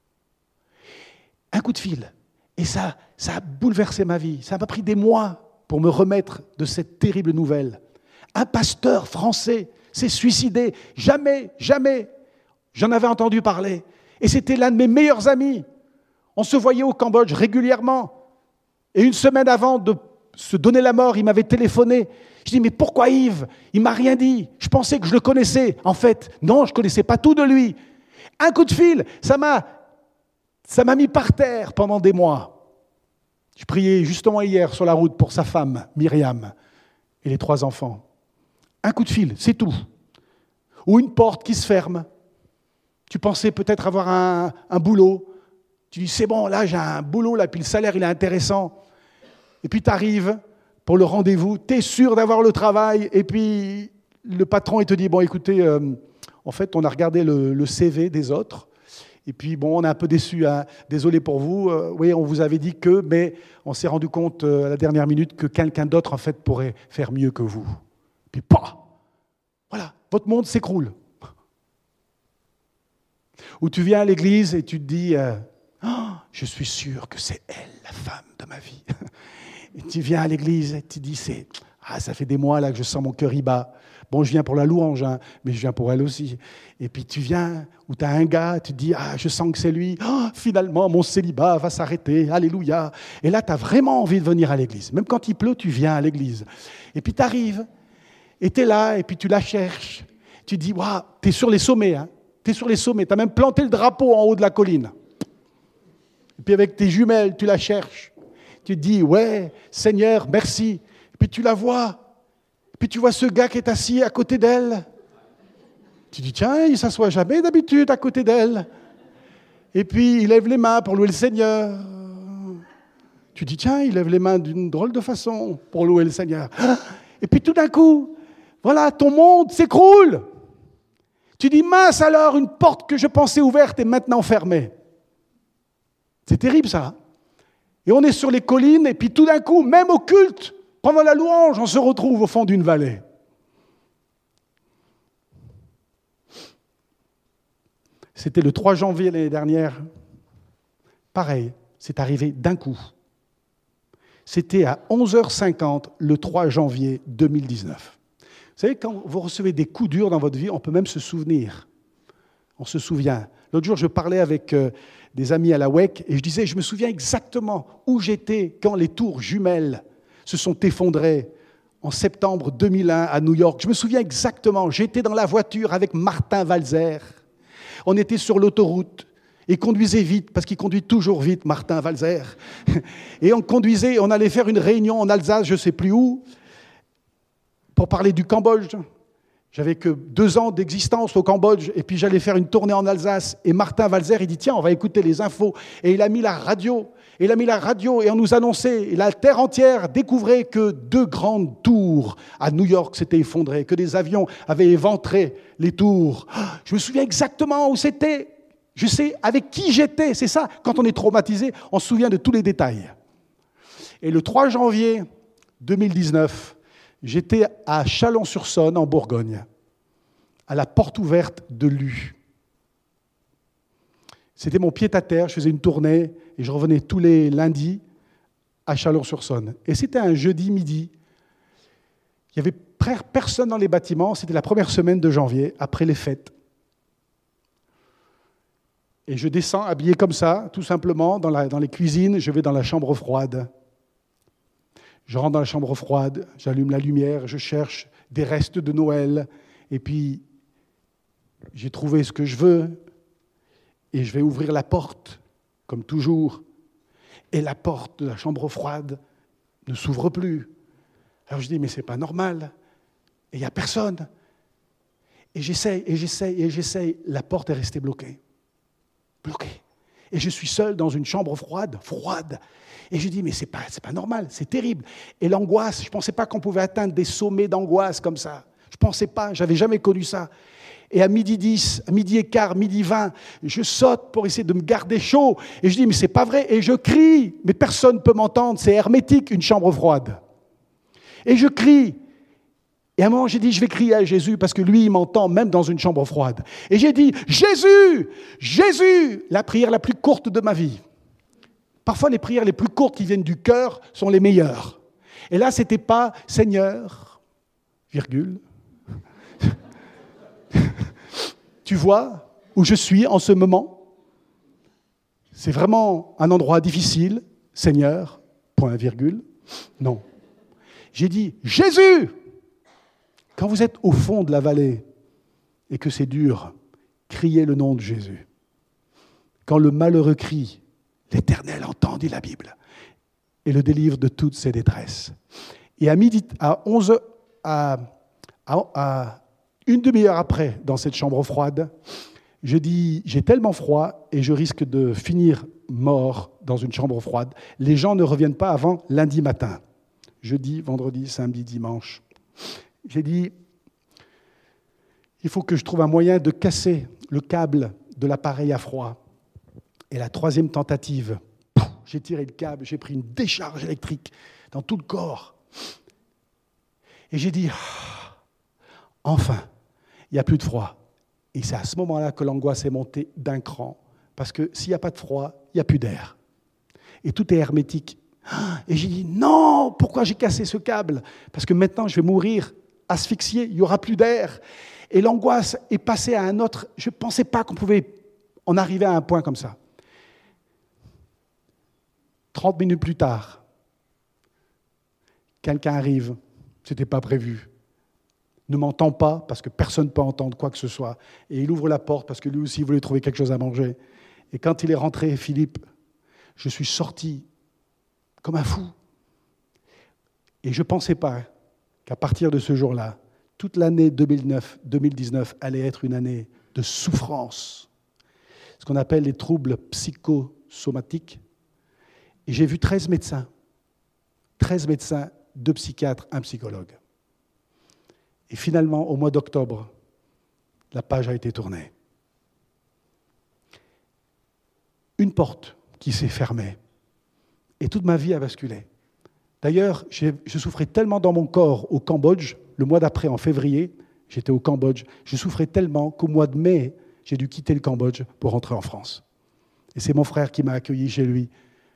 Un coup de fil. Et ça, ça a bouleversé ma vie. Ça m'a pris des mois pour me remettre de cette terrible nouvelle. Un pasteur français s'est suicidé. Jamais, jamais, j'en avais entendu parler. Et c'était l'un de mes meilleurs amis. On se voyait au Cambodge régulièrement. Et une semaine avant de se donner la mort, il m'avait téléphoné. Je dis, mais pourquoi Yves ? Il ne m'a rien dit. Je pensais que je le connaissais. En fait, non, je ne connaissais pas tout de lui. Un coup de fil, ça m'a, ça m'a mis par terre pendant des mois. Je priais justement hier sur la route pour sa femme, Myriam, et les trois enfants. Un coup de fil, c'est tout. Ou une porte qui se ferme. Tu pensais peut-être avoir un, un boulot. Tu dis, c'est bon, là j'ai un boulot, là, puis le salaire il est intéressant. Et puis tu arrives pour le rendez-vous, tu es sûr d'avoir le travail, et puis le patron il te dit, bon écoutez, euh, en fait on a regardé le, le C V des autres, et puis, bon, on est un peu déçus, hein. Désolé pour vous. Euh, oui, on vous avait dit que, mais on s'est rendu compte euh, à la dernière minute que quelqu'un d'autre, en fait, pourrait faire mieux que vous. Puis, pas. Voilà, votre monde s'écroule. Ou tu viens à l'église et tu te dis, euh, oh, je suis sûr que c'est elle, la femme de ma vie. Et tu viens à l'église et tu dis, c'est, Ah, ça fait des mois là que je sens mon cœur y bat. Bon, je viens pour la louange, hein, mais je viens pour elle aussi. Et puis tu viens, où tu as un gars, tu te dis, ah, je sens que c'est lui. Oh, finalement, mon célibat va s'arrêter. Alléluia. Et là, tu as vraiment envie de venir à l'église. Même quand il pleut, tu viens à l'église. Et puis tu arrives, et tu es là, et puis tu la cherches. Tu te dis, waouh, tu es sur les sommets. Hein. Tu es sur les sommets. Tu as même planté le drapeau en haut de la colline. Et puis avec tes jumelles, tu la cherches. Tu te dis, ouais, Seigneur, merci. Et puis tu la vois. Puis tu vois ce gars qui est assis à côté d'elle. Tu dis, tiens, il ne s'assoit jamais d'habitude à côté d'elle. Et puis, il lève les mains pour louer le Seigneur. Tu dis, tiens, il lève les mains d'une drôle de façon pour louer le Seigneur. Et puis tout d'un coup, voilà, ton monde s'écroule. Tu dis, mince alors, une porte que je pensais ouverte est maintenant fermée. C'est terrible ça. Et on est sur les collines, et puis tout d'un coup, même au culte, pendant la louange, on se retrouve au fond d'une vallée. C'était le trois janvier l'année dernière. Pareil, c'est arrivé d'un coup. C'était à onze heures cinquante le trois janvier deux mille dix-neuf. Vous savez, quand vous recevez des coups durs dans votre vie, on peut même se souvenir. On se souvient. L'autre jour, je parlais avec euh, des amis à la W E C et je disais, je me souviens exactement où j'étais quand les tours jumelles se sont effondrés en septembre deux mille un à New York. Je me souviens exactement, j'étais dans la voiture avec Martin Valzer. On était sur l'autoroute. Il conduisait vite, parce qu'il conduit toujours vite, Martin Valzer. Et on conduisait, on allait faire une réunion en Alsace, je ne sais plus où, pour parler du Cambodge. J'avais que deux ans d'existence au Cambodge, et puis j'allais faire une tournée en Alsace. Et Martin Valzer, il dit, tiens, on va écouter les infos. Et il a mis la radio. Et il a mis la radio et on nous annonçait, et la terre entière découvrait que deux grandes tours à New York s'étaient effondrées, que des avions avaient éventré les tours. Je me souviens exactement où c'était. Je sais avec qui j'étais. C'est ça, quand on est traumatisé, on se souvient de tous les détails. Et le trois janvier deux mille dix-neuf, j'étais à Chalon-sur-Saône, en Bourgogne, à la porte ouverte de Lue. C'était mon pied-à-terre, je faisais une tournée et je revenais tous les lundis à Chalon-sur-Saône. Et c'était un jeudi midi. Il n'y avait personne dans les bâtiments, c'était la première semaine de janvier, après les fêtes. Et je descends habillé comme ça, tout simplement, dans, la, dans les cuisines, je vais dans la chambre froide. Je rentre dans la chambre froide, j'allume la lumière, je cherche des restes de Noël, et puis j'ai trouvé ce que je veux, et je vais ouvrir la porte, comme toujours, et la porte de la chambre froide ne s'ouvre plus. Alors je dis, mais c'est pas normal, et il n'y a personne. Et j'essaye, et j'essaye, et j'essaye, la porte est restée bloquée. Bloquée. Et je suis seul dans une chambre froide, froide. Et je dis, mais c'est pas, c'est pas normal, c'est terrible. Et l'angoisse, je ne pensais pas qu'on pouvait atteindre des sommets d'angoisse comme ça. Je ne pensais pas, je n'avais jamais connu ça. Et à midi dix, à midi et quart, midi vingt, je saute pour essayer de me garder chaud. Et je dis, mais c'est pas vrai. Et je crie, mais personne ne peut m'entendre, c'est hermétique, une chambre froide. Et je crie. Et à un moment, j'ai dit, je vais crier à Jésus, parce que lui, il m'entend même dans une chambre froide. Et j'ai dit, Jésus, Jésus, la prière la plus courte de ma vie. Parfois, les prières les plus courtes qui viennent du cœur sont les meilleures. Et là, ce n'était pas Seigneur, virgule. Tu vois où je suis en ce moment? C'est vraiment un endroit difficile, Seigneur, point, virgule. Non. J'ai dit, Jésus! Quand vous êtes au fond de la vallée et que c'est dur, criez le nom de Jésus. Quand le malheureux crie, l'Éternel entend, dit la Bible, et le délivre de toutes ses détresses. Et à midi, à onze heures, à, à, à une demi-heure après, dans cette chambre froide, je dis, j'ai tellement froid et je risque de finir mort dans une chambre froide. Les gens ne reviennent pas avant lundi matin. Jeudi, vendredi, samedi, dimanche. J'ai dit, il faut que je trouve un moyen de casser le câble de l'appareil à froid. Et la troisième tentative, j'ai tiré le câble, j'ai pris une décharge électrique dans tout le corps. Et j'ai dit, enfin, il n'y a plus de froid. Et c'est à ce moment-là que l'angoisse est montée d'un cran. Parce que s'il n'y a pas de froid, il n'y a plus d'air. Et tout est hermétique. Et j'ai dit, non, pourquoi j'ai cassé ce câble? Parce que maintenant, je vais mourir asphyxié, il n'y aura plus d'air. Et l'angoisse est passée à un autre... Je ne pensais pas qu'on pouvait en arriver à un point comme ça. Trente minutes plus tard, quelqu'un arrive, ce n'était pas prévu, ne m'entend pas parce que personne ne peut entendre quoi que ce soit. Et il ouvre la porte parce que lui aussi voulait trouver quelque chose à manger. Et quand il est rentré, Philippe, je suis sorti comme un fou. Et je ne pensais pas qu'à partir de ce jour-là, toute l'année deux mille neuf, deux mille dix-neuf allait être une année de souffrance, ce qu'on appelle les troubles psychosomatiques. Et j'ai vu treize médecins, treize médecins, deux psychiatres, un psychologue. Et finalement, au mois d'octobre, la page a été tournée. Une porte qui s'est fermée. Et toute ma vie a basculé. D'ailleurs, j'ai, je souffrais tellement dans mon corps au Cambodge, le mois d'après, en février, j'étais au Cambodge, je souffrais tellement qu'au mois de mai, j'ai dû quitter le Cambodge pour rentrer en France. Et c'est mon frère qui m'a accueilli chez lui,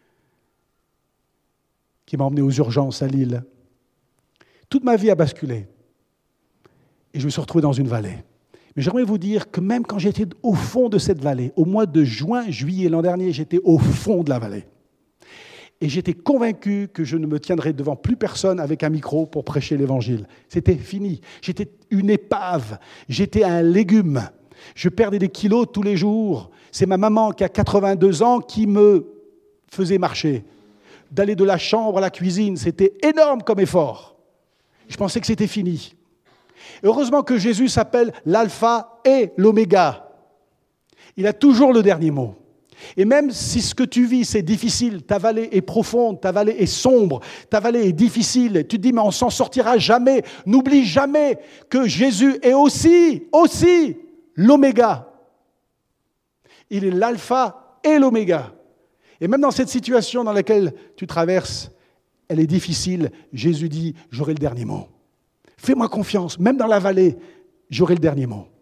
qui m'a emmené aux urgences à Lille. Toute ma vie a basculé. Et je me suis retrouvé dans une vallée. Mais j'aimerais vous dire que même quand j'étais au fond de cette vallée, au mois de juin, juillet l'an dernier, j'étais au fond de la vallée. Et j'étais convaincu que je ne me tiendrais devant plus personne avec un micro pour prêcher l'Évangile. C'était fini. J'étais une épave. J'étais un légume. Je perdais des kilos tous les jours. C'est ma maman qui a quatre-vingt-deux ans qui me faisait marcher. D'aller de la chambre à la cuisine, c'était énorme comme effort. Je pensais que c'était fini. Heureusement que Jésus s'appelle l'alpha et l'oméga. Il a toujours le dernier mot. Et même si ce que tu vis, c'est difficile, ta vallée est profonde, ta vallée est sombre, ta vallée est difficile, tu te dis, mais on s'en sortira jamais. N'oublie jamais que Jésus est aussi, aussi l'oméga. Il est l'alpha et l'oméga. Et même dans cette situation dans laquelle tu traverses, elle est difficile, Jésus dit, j'aurai le dernier mot. Fais-moi confiance, même dans la vallée, j'aurai le dernier mot.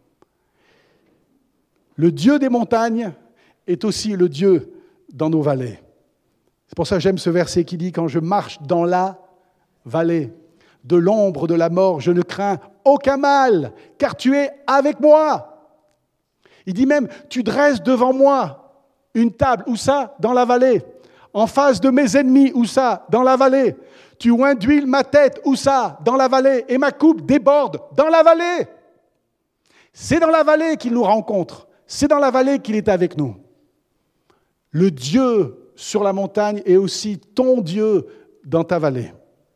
Le Dieu des montagnes est aussi le Dieu dans nos vallées. C'est pour ça que j'aime ce verset qui dit « Quand je marche dans la vallée de l'ombre de la mort, je ne crains aucun mal, car tu es avec moi. » Il dit même « Tu dresses devant moi une table, où ça? Dans la vallée. En face de mes ennemis, où ça? Dans la vallée. Tu induis ma tête, où ça? Dans la vallée. Et ma coupe déborde dans la vallée. » C'est dans la vallée qu'il nous rencontre. C'est dans la vallée qu'il est avec nous. Le Dieu sur la montagne est aussi ton Dieu dans ta vallée.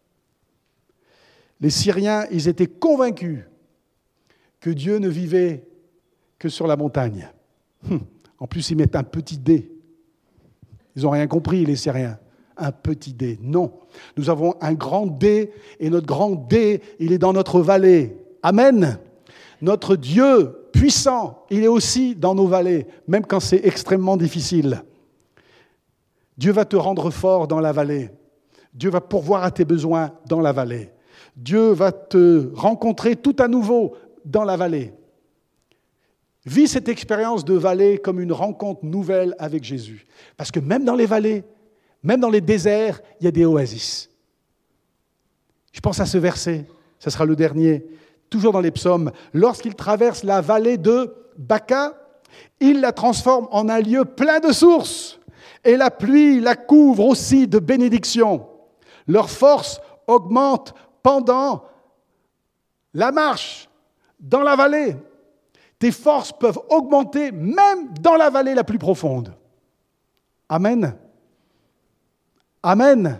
Les Syriens, ils étaient convaincus que Dieu ne vivait que sur la montagne. En plus, ils mettent un petit dé. Ils n'ont rien compris, les Syriens. Un petit dé. Non. Nous avons un grand dé, et notre grand dé, il est dans notre vallée. Amen. Notre Dieu puissant, il est aussi dans nos vallées, même quand c'est extrêmement difficile. Dieu va te rendre fort dans la vallée. Dieu va pourvoir à tes besoins dans la vallée. Dieu va te rencontrer tout à nouveau dans la vallée. Vis cette expérience de vallée comme une rencontre nouvelle avec Jésus. Parce que même dans les vallées, même dans les déserts, il y a des oasis. Je pense à ce verset, ce sera le dernier, toujours dans les psaumes. Lorsqu'il traverse la vallée de Baca, il la transforme en un lieu plein de sources. Et la pluie la couvre aussi de bénédictions. Leur force augmente pendant la marche dans la vallée. Tes forces peuvent augmenter même dans la vallée la plus profonde. Amen. Amen.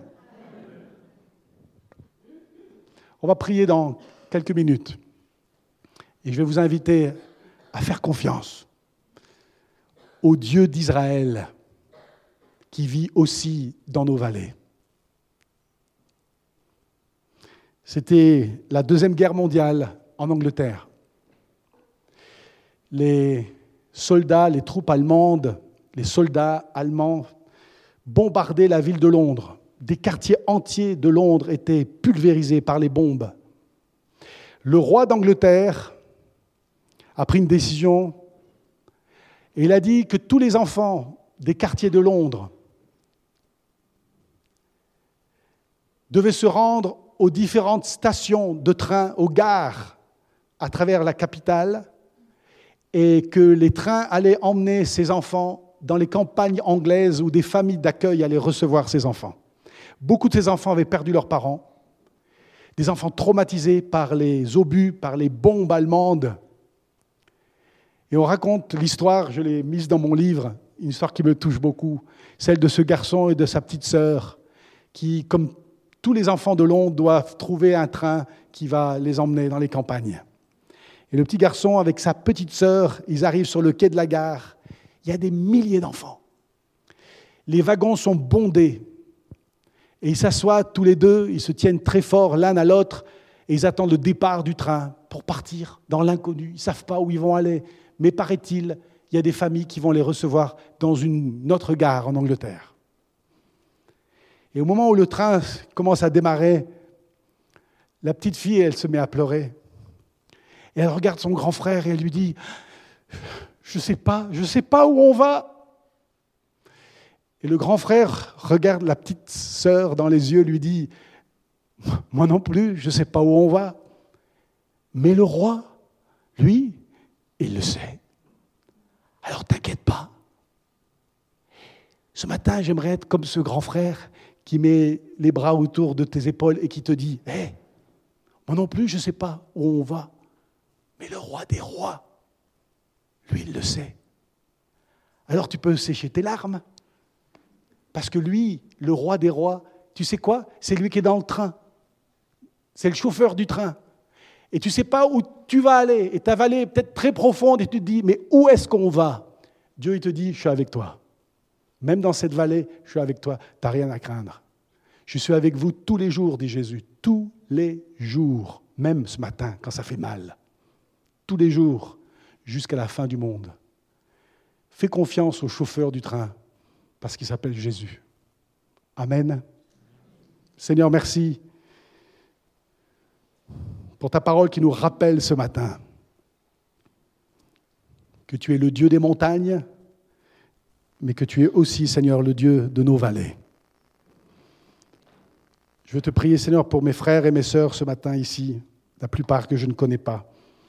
On va prier dans quelques minutes. Et je vais vous inviter à faire confiance au Dieu d'Israël, qui vit aussi dans nos vallées. C'était la Deuxième Guerre mondiale en Angleterre. Les soldats, les troupes allemandes, les soldats allemands bombardaient la ville de Londres. Des quartiers entiers de Londres étaient pulvérisés par les bombes. Le roi d'Angleterre a pris une décision et il a dit que tous les enfants des quartiers de Londres devaient se rendre aux différentes stations de train, aux gares, à travers la capitale, et que les trains allaient emmener ces enfants dans les campagnes anglaises où des familles d'accueil allaient recevoir ces enfants. Beaucoup de ces enfants avaient perdu leurs parents, des enfants traumatisés par les obus, par les bombes allemandes. Et on raconte l'histoire, je l'ai mise dans mon livre, une histoire qui me touche beaucoup, celle de ce garçon et de sa petite sœur qui, comme tous les enfants de Londres, doivent trouver un train qui va les emmener dans les campagnes. Et le petit garçon, avec sa petite sœur, ils arrivent sur le quai de la gare. Il y a des milliers d'enfants. Les wagons sont bondés. Et ils s'assoient tous les deux, ils se tiennent très fort l'un à l'autre, et ils attendent le départ du train pour partir dans l'inconnu. Ils ne savent pas où ils vont aller. Mais paraît-il, il y a des familles qui vont les recevoir dans une autre gare en Angleterre. Et au moment où le train commence à démarrer, la petite fille, elle se met à pleurer. Et elle regarde son grand frère et elle lui dit « Je ne sais pas, je ne sais pas où on va. » Et le grand frère regarde la petite sœur dans les yeux et lui dit « Moi non plus, je ne sais pas où on va. » Mais le roi, lui, il le sait. Alors t'inquiète pas. Ce matin, j'aimerais être comme ce grand frère qui met les bras autour de tes épaules et qui te dit « Hé, moi non plus, je ne sais pas où on va. » Mais le roi des rois, lui, il le sait. Alors tu peux sécher tes larmes. Parce que lui, le roi des rois, tu sais quoi? C'est lui qui est dans le train. C'est le chauffeur du train. Et tu ne sais pas où tu vas aller. Et ta vallée est peut-être très profonde et tu te dis, mais où est-ce qu'on va? Dieu, il te dit, je suis avec toi. Même dans cette vallée, je suis avec toi. Tu n'as rien à craindre. Je suis avec vous tous les jours, dit Jésus. Tous les jours. Même ce matin, quand ça fait mal. Tous les jours, jusqu'à la fin du monde. Fais confiance au chauffeur du train, parce qu'il s'appelle Jésus. Amen. Seigneur, merci pour ta parole qui nous rappelle ce matin que tu es le Dieu des montagnes, mais que tu es aussi, Seigneur, le Dieu de nos vallées. Je veux te prier, Seigneur, pour mes frères et mes sœurs ce matin ici, la plupart que je ne connais pas.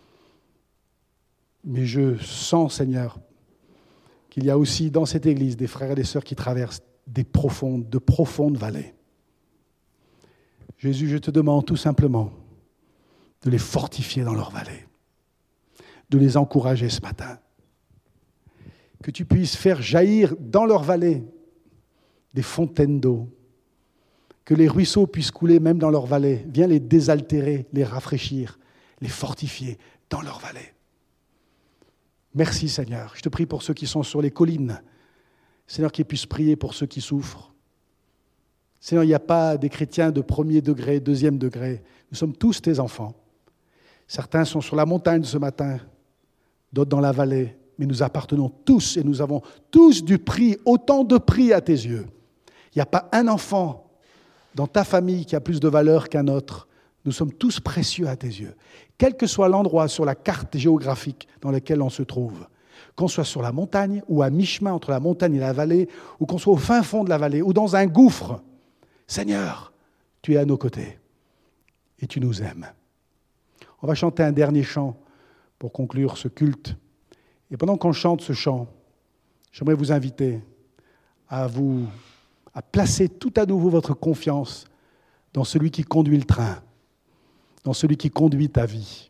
Mais je sens, Seigneur, qu'il y a aussi dans cette Église des frères et des sœurs qui traversent des profondes, de profondes vallées. Jésus, je te demande tout simplement de les fortifier dans leur vallée, de les encourager ce matin, que tu puisses faire jaillir dans leur vallée des fontaines d'eau, que les ruisseaux puissent couler même dans leur vallée. Viens les désaltérer, les rafraîchir, les fortifier dans leur vallée. Merci Seigneur. Je te prie pour ceux qui sont sur les collines. Seigneur, qu'ils puissent prier pour ceux qui souffrent. Seigneur, il n'y a pas des chrétiens de premier degré, deuxième degré. Nous sommes tous tes enfants. Certains sont sur la montagne ce matin, d'autres dans la vallée. Mais nous appartenons tous et nous avons tous du prix, autant de prix à tes yeux. Il n'y a pas un enfant dans ta famille qui a plus de valeur qu'un autre. Nous sommes tous précieux à tes yeux. Quel que soit l'endroit sur la carte géographique dans laquelle on se trouve, qu'on soit sur la montagne ou à mi-chemin entre la montagne et la vallée, ou qu'on soit au fin fond de la vallée ou dans un gouffre, Seigneur, tu es à nos côtés et tu nous aimes. On va chanter un dernier chant pour conclure ce culte. Et pendant qu'on chante ce chant, j'aimerais vous inviter à vous à placer tout à nouveau votre confiance dans celui qui conduit le train, dans celui qui conduit ta vie.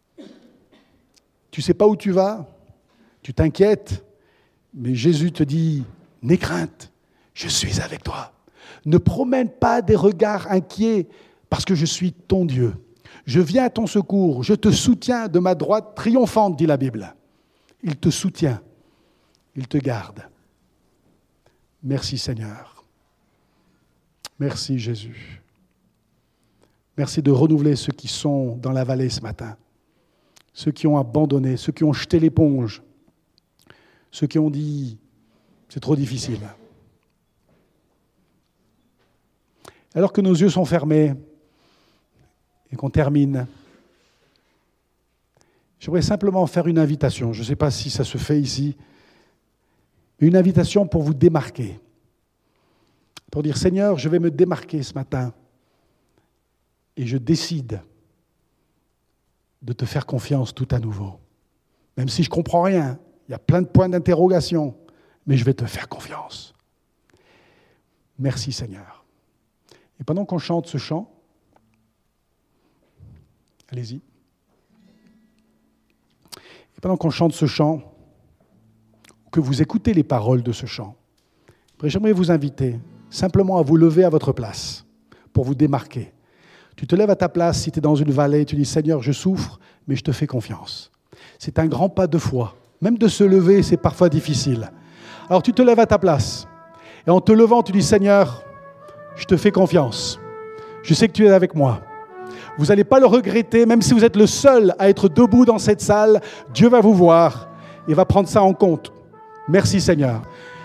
Tu ne sais pas où tu vas, tu t'inquiètes, mais Jésus te dit, n'aie crainte, je suis avec toi. Ne promène pas des regards inquiets parce que je suis ton Dieu. Je viens à ton secours, je te soutiens de ma droite triomphante, dit la Bible. Il te soutient, il te garde. Merci Seigneur. Merci Jésus. Merci de renouveler ceux qui sont dans la vallée ce matin, ceux qui ont abandonné, ceux qui ont jeté l'éponge, ceux qui ont dit « c'est trop difficile ». Alors que nos yeux sont fermés et qu'on termine, j'aimerais simplement faire une invitation. Je ne sais pas si ça se fait ici, mais une invitation pour vous démarquer. Pour dire, Seigneur, je vais me démarquer ce matin Et je décide de te faire confiance tout à nouveau. Même si je ne comprends rien, il y a plein de points d'interrogation, mais je vais te faire confiance. Merci Seigneur. Et pendant qu'on chante ce chant, allez-y. Et pendant qu'on chante ce chant, que vous écoutez les paroles de ce chant, j'aimerais vous inviter simplement à vous lever à votre place pour vous démarquer. Tu te lèves à ta place, si tu es dans une vallée, tu dis « Seigneur, je souffre, mais je te fais confiance ». C'est un grand pas de foi. Même de se lever, c'est parfois difficile. Alors tu te lèves à ta place. Et en te levant, tu dis « Seigneur, je te fais confiance. Je sais que tu es avec moi. » Vous n'allez pas le regretter, même si vous êtes le seul à être debout dans cette salle. Dieu va vous voir et va prendre ça en compte. Merci Seigneur.